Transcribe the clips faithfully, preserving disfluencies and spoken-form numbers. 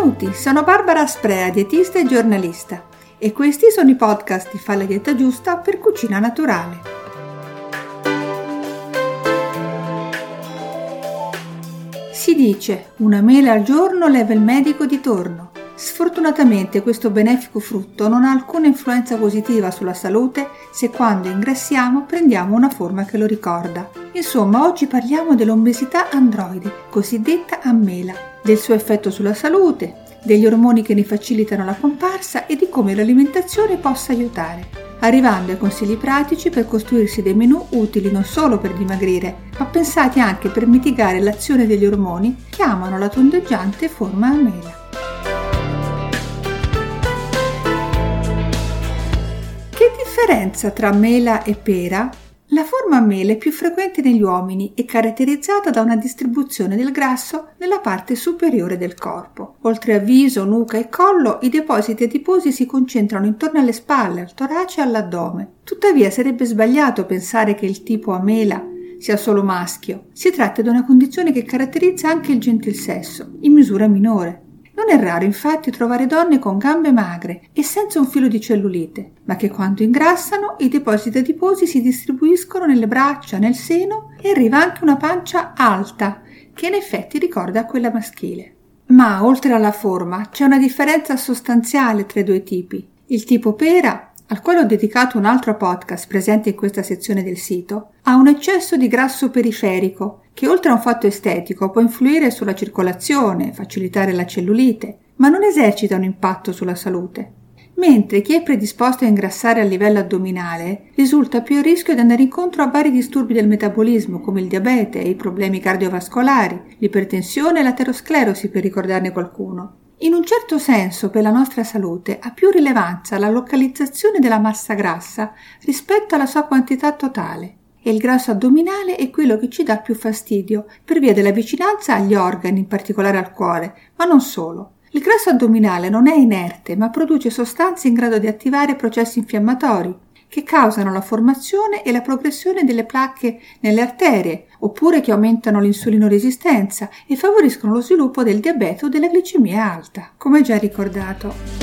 Benvenuti, sono Barbara Asprea, dietista e giornalista, e questi sono i podcast di Fa la dieta giusta per cucina naturale. Si dice, una mela al giorno leva il medico di torno. Sfortunatamente questo benefico frutto non ha alcuna influenza positiva sulla salute se quando ingrassiamo prendiamo una forma che lo ricorda. Insomma, oggi parliamo dell'obesità androide, cosiddetta a mela, del suo effetto sulla salute, degli ormoni che ne facilitano la comparsa e di come l'alimentazione possa aiutare, arrivando ai consigli pratici per costruirsi dei menù utili non solo per dimagrire, ma pensati anche per mitigare l'azione degli ormoni che amano la tondeggiante forma a mela. Che differenza tra mela e pera? La forma a mela è più frequente negli uomini e caratterizzata da una distribuzione del grasso nella parte superiore del corpo. Oltre a viso, nuca e collo, i depositi adiposi si concentrano intorno alle spalle, al torace e all'addome. Tuttavia sarebbe sbagliato pensare che il tipo a mela sia solo maschio. Si tratta di una condizione che caratterizza anche il gentilsesso, in misura minore. Non è raro infatti trovare donne con gambe magre e senza un filo di cellulite, ma che quando ingrassano i depositi adiposi si distribuiscono nelle braccia, nel seno e arriva anche una pancia alta, che in effetti ricorda quella maschile. Ma oltre alla forma c'è una differenza sostanziale tra i due tipi. Il tipo pera, al quale ho dedicato un altro podcast presente in questa sezione del sito, ha un eccesso di grasso periferico che oltre a un fatto estetico può influire sulla circolazione, facilitare la cellulite, ma non esercita un impatto sulla salute. Mentre chi è predisposto a ingrassare a livello addominale risulta più a rischio di andare incontro a vari disturbi del metabolismo come il diabete e i problemi cardiovascolari, l'ipertensione e l'aterosclerosi per ricordarne qualcuno. In un certo senso per la nostra salute ha più rilevanza la localizzazione della massa grassa rispetto alla sua quantità totale. E il grasso addominale è quello che ci dà più fastidio per via della vicinanza agli organi, in particolare al cuore, ma non solo. Il grasso addominale non è inerte, ma produce sostanze in grado di attivare processi infiammatori che causano la formazione e la progressione delle placche nelle arterie, oppure che aumentano l'insulinoresistenza e favoriscono lo sviluppo del diabete o della glicemia alta, come già ricordato.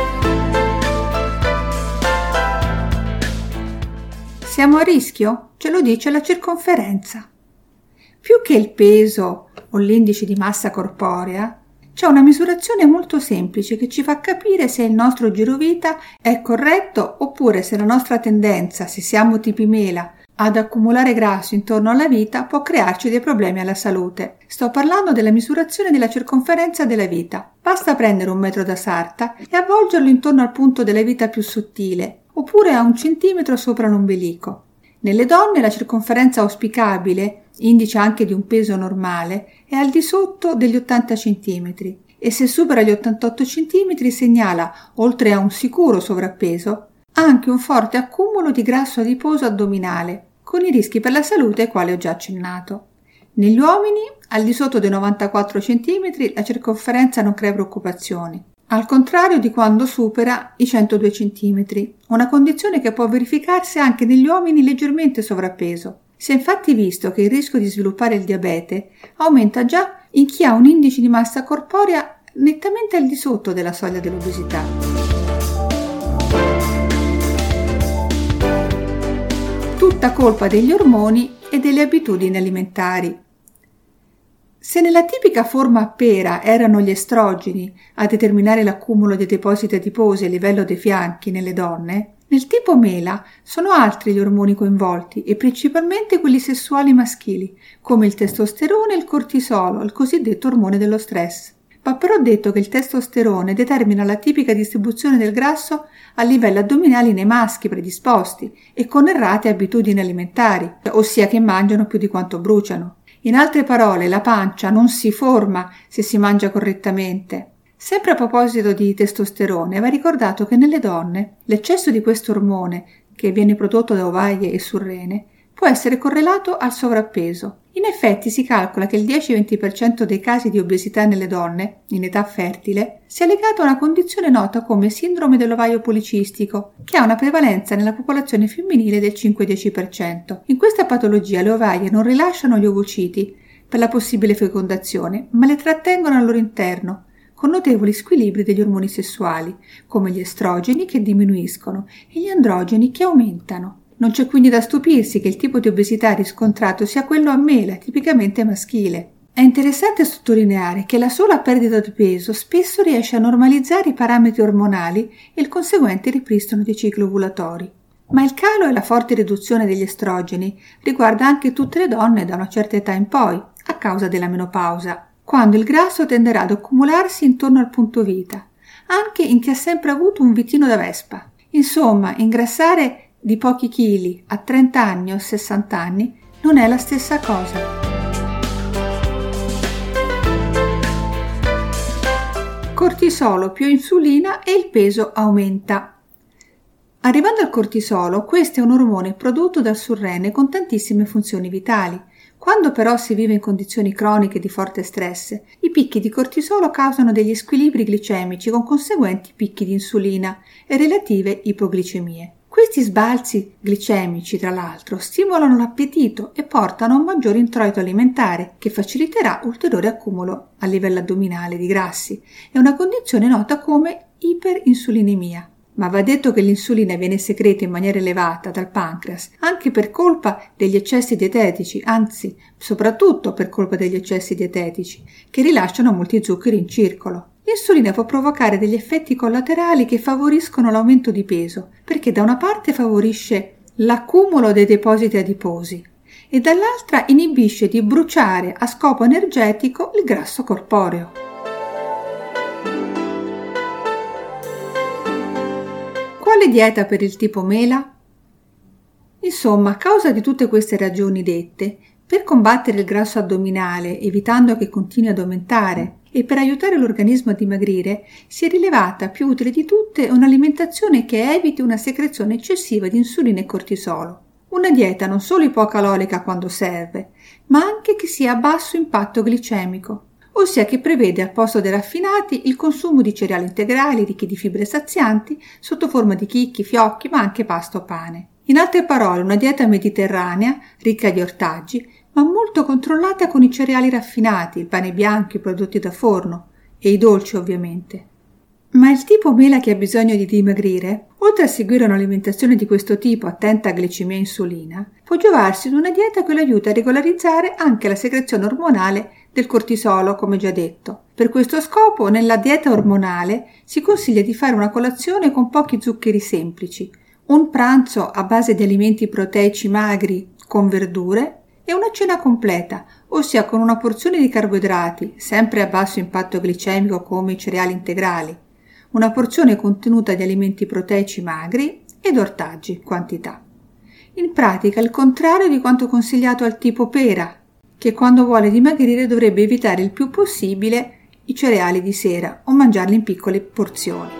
Siamo a rischio? Ce lo dice la circonferenza. Più che il peso o l'indice di massa corporea, c'è una misurazione molto semplice che ci fa capire se il nostro girovita è corretto oppure se la nostra tendenza, se siamo tipi mela, ad accumulare grasso intorno alla vita può crearci dei problemi alla salute. Sto parlando della misurazione della circonferenza della vita. Basta prendere un metro da sarta e avvolgerlo intorno al punto della vita più sottile, oppure a un centimetro sopra l'ombelico. Nelle donne la circonferenza auspicabile, indice anche di un peso normale, è al di sotto degli ottanta centimetri e se supera gli ottantotto centimetri segnala, oltre a un sicuro sovrappeso, anche un forte accumulo di grasso adiposo addominale, con i rischi per la salute ai quali ho già accennato. Negli uomini, al di sotto dei novantaquattro centimetri, la circonferenza non crea preoccupazioni, al contrario di quando supera i centodue centimetri, una condizione che può verificarsi anche negli uomini leggermente sovrappeso. Si è infatti visto che il rischio di sviluppare il diabete aumenta già in chi ha un indice di massa corporea nettamente al di sotto della soglia dell'obesità. Tutta colpa degli ormoni e delle abitudini alimentari. Se nella tipica forma a pera erano gli estrogeni a determinare l'accumulo dei depositi adiposi a livello dei fianchi nelle donne, nel tipo mela sono altri gli ormoni coinvolti e principalmente quelli sessuali maschili, come il testosterone e il cortisolo, il cosiddetto ormone dello stress. Va però detto che il testosterone determina la tipica distribuzione del grasso a livello addominale nei maschi predisposti e con errate abitudini alimentari, ossia che mangiano più di quanto bruciano. In altre parole, la pancia non si forma se si mangia correttamente. Sempre a proposito di testosterone, va ricordato che nelle donne l'eccesso di questo ormone, che viene prodotto da ovaie e surrene, può essere correlato al sovrappeso. In effetti si calcola che il dieci-venti per cento dei casi di obesità nelle donne, in età fertile, sia legato a una condizione nota come sindrome dell'ovaio policistico, che ha una prevalenza nella popolazione femminile del cinque-dieci per cento. In questa patologia le ovaie non rilasciano gli ovociti per la possibile fecondazione, ma le trattengono al loro interno, con notevoli squilibri degli ormoni sessuali, come gli estrogeni che diminuiscono e gli androgeni che aumentano. Non c'è quindi da stupirsi che il tipo di obesità riscontrato sia quello a mela, tipicamente maschile. È interessante sottolineare che la sola perdita di peso spesso riesce a normalizzare i parametri ormonali e il conseguente ripristino dei cicli ovulatori. Ma il calo e la forte riduzione degli estrogeni riguarda anche tutte le donne da una certa età in poi, a causa della menopausa, quando il grasso tenderà ad accumularsi intorno al punto vita, anche in chi ha sempre avuto un vitino da vespa. Insomma, ingrassare di pochi chili a trenta anni o sessanta anni non è la stessa cosa. Cortisolo più insulina e il peso aumenta. Arrivando al cortisolo, questo è un ormone prodotto dal surrene con tantissime funzioni vitali. Quando però si vive in condizioni croniche di forte stress, i picchi di cortisolo causano degli squilibri glicemici con conseguenti picchi di insulina e relative ipoglicemie. Questi sbalzi glicemici, tra l'altro, stimolano l'appetito e portano a un maggiore introito alimentare che faciliterà ulteriore accumulo a livello addominale di grassi. È una condizione nota come iperinsulinemia. Ma va detto che l'insulina viene secreta in maniera elevata dal pancreas anche per colpa degli eccessi dietetici, anzi, soprattutto per colpa degli eccessi dietetici, che rilasciano molti zuccheri in circolo. L'insulina può provocare degli effetti collaterali che favoriscono l'aumento di peso, perché da una parte favorisce l'accumulo dei depositi adiposi e dall'altra inibisce di bruciare a scopo energetico il grasso corporeo. Quale dieta per il tipo mela? Insomma, a causa di tutte queste ragioni dette, per combattere il grasso addominale, evitando che continui ad aumentare, e per aiutare l'organismo a dimagrire, si è rilevata più utile di tutte un'alimentazione che eviti una secrezione eccessiva di insulina e cortisolo. Una dieta non solo ipocalorica quando serve, ma anche che sia a basso impatto glicemico, ossia che prevede al posto dei raffinati il consumo di cereali integrali ricchi di fibre sazianti sotto forma di chicchi, fiocchi, ma anche pasta o pane. In altre parole, una dieta mediterranea, ricca di ortaggi, ma molto controllata con i cereali raffinati, il pane bianco, i prodotti da forno e i dolci ovviamente. Ma il tipo mela che ha bisogno di dimagrire, oltre a seguire un'alimentazione di questo tipo attenta a glicemia e insulina, può giovarsi di una dieta che lo aiuta a regolarizzare anche la secrezione ormonale del cortisolo, come già detto. Per questo scopo, nella dieta ormonale si consiglia di fare una colazione con pochi zuccheri semplici, un pranzo a base di alimenti proteici magri con verdure e una cena completa, ossia con una porzione di carboidrati, sempre a basso impatto glicemico come i cereali integrali, una porzione contenuta di alimenti proteici magri ed ortaggi, quantità. In pratica il contrario di quanto consigliato al tipo pera, che quando vuole dimagrire dovrebbe evitare il più possibile i cereali di sera o mangiarli in piccole porzioni.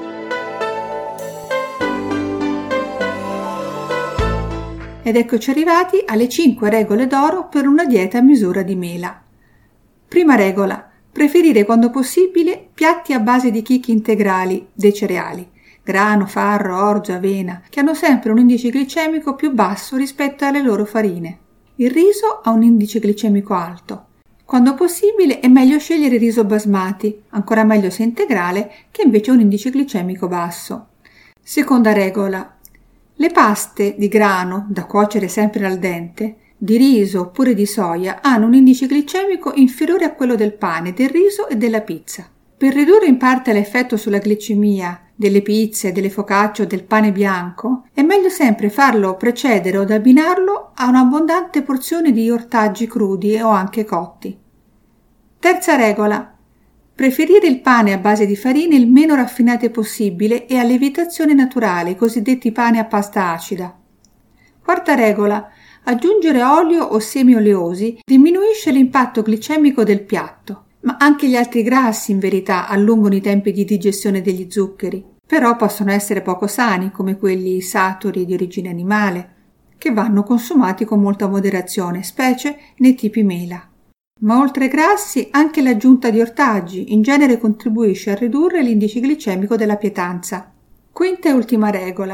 Ed eccoci arrivati alle cinque regole d'oro per una dieta a misura di mela. Prima regola: preferire quando possibile piatti a base di chicchi integrali dei cereali, grano, farro, orzo, avena, che hanno sempre un indice glicemico più basso rispetto alle loro farine. Il riso ha un indice glicemico alto. Quando possibile è meglio scegliere riso basmati, ancora meglio se integrale, che invece ha un indice glicemico basso. Seconda regola: le paste di grano, da cuocere sempre al dente, di riso oppure di soia, hanno un indice glicemico inferiore a quello del pane, del riso e della pizza. Per ridurre in parte l'effetto sulla glicemia delle pizze, delle focacce o del pane bianco, è meglio sempre farlo precedere o abbinarlo a un'abbondante porzione di ortaggi crudi o anche cotti. Terza regola: preferire il pane a base di farine il meno raffinate possibile e a lievitazione naturale, i cosiddetti pani a pasta acida. Quarta regola: aggiungere olio o semi oleosi diminuisce l'impatto glicemico del piatto, ma anche gli altri grassi in verità allungano i tempi di digestione degli zuccheri, però possono essere poco sani come quelli saturi di origine animale, che vanno consumati con molta moderazione, specie nei tipi mela. Ma oltre ai grassi, anche l'aggiunta di ortaggi in genere contribuisce a ridurre l'indice glicemico della pietanza. Quinta e ultima regola: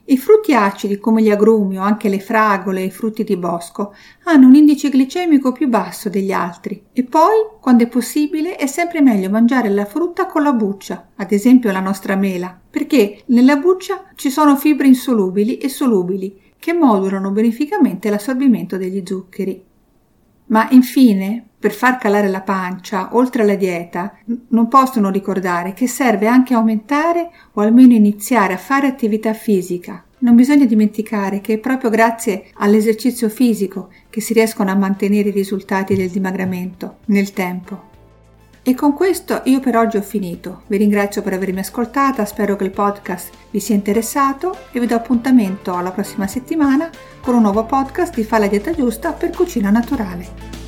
I frutti acidi come gli agrumi o anche le fragole e i frutti di bosco hanno un indice glicemico più basso degli altri e poi, quando è possibile, è sempre meglio mangiare la frutta con la buccia, ad esempio la nostra mela, perché nella buccia ci sono fibre insolubili e solubili che modulano beneficamente l'assorbimento degli zuccheri. Ma infine, per far calare la pancia, oltre alla dieta, non possono ricordare che serve anche aumentare o almeno iniziare a fare attività fisica. Non bisogna dimenticare che è proprio grazie all'esercizio fisico che si riescono a mantenere i risultati del dimagramento nel tempo. E con questo io per oggi ho finito. Vi ringrazio per avermi ascoltata, spero che il podcast vi sia interessato e vi do appuntamento alla prossima settimana con un nuovo podcast di Fa la dieta giusta per cucina naturale.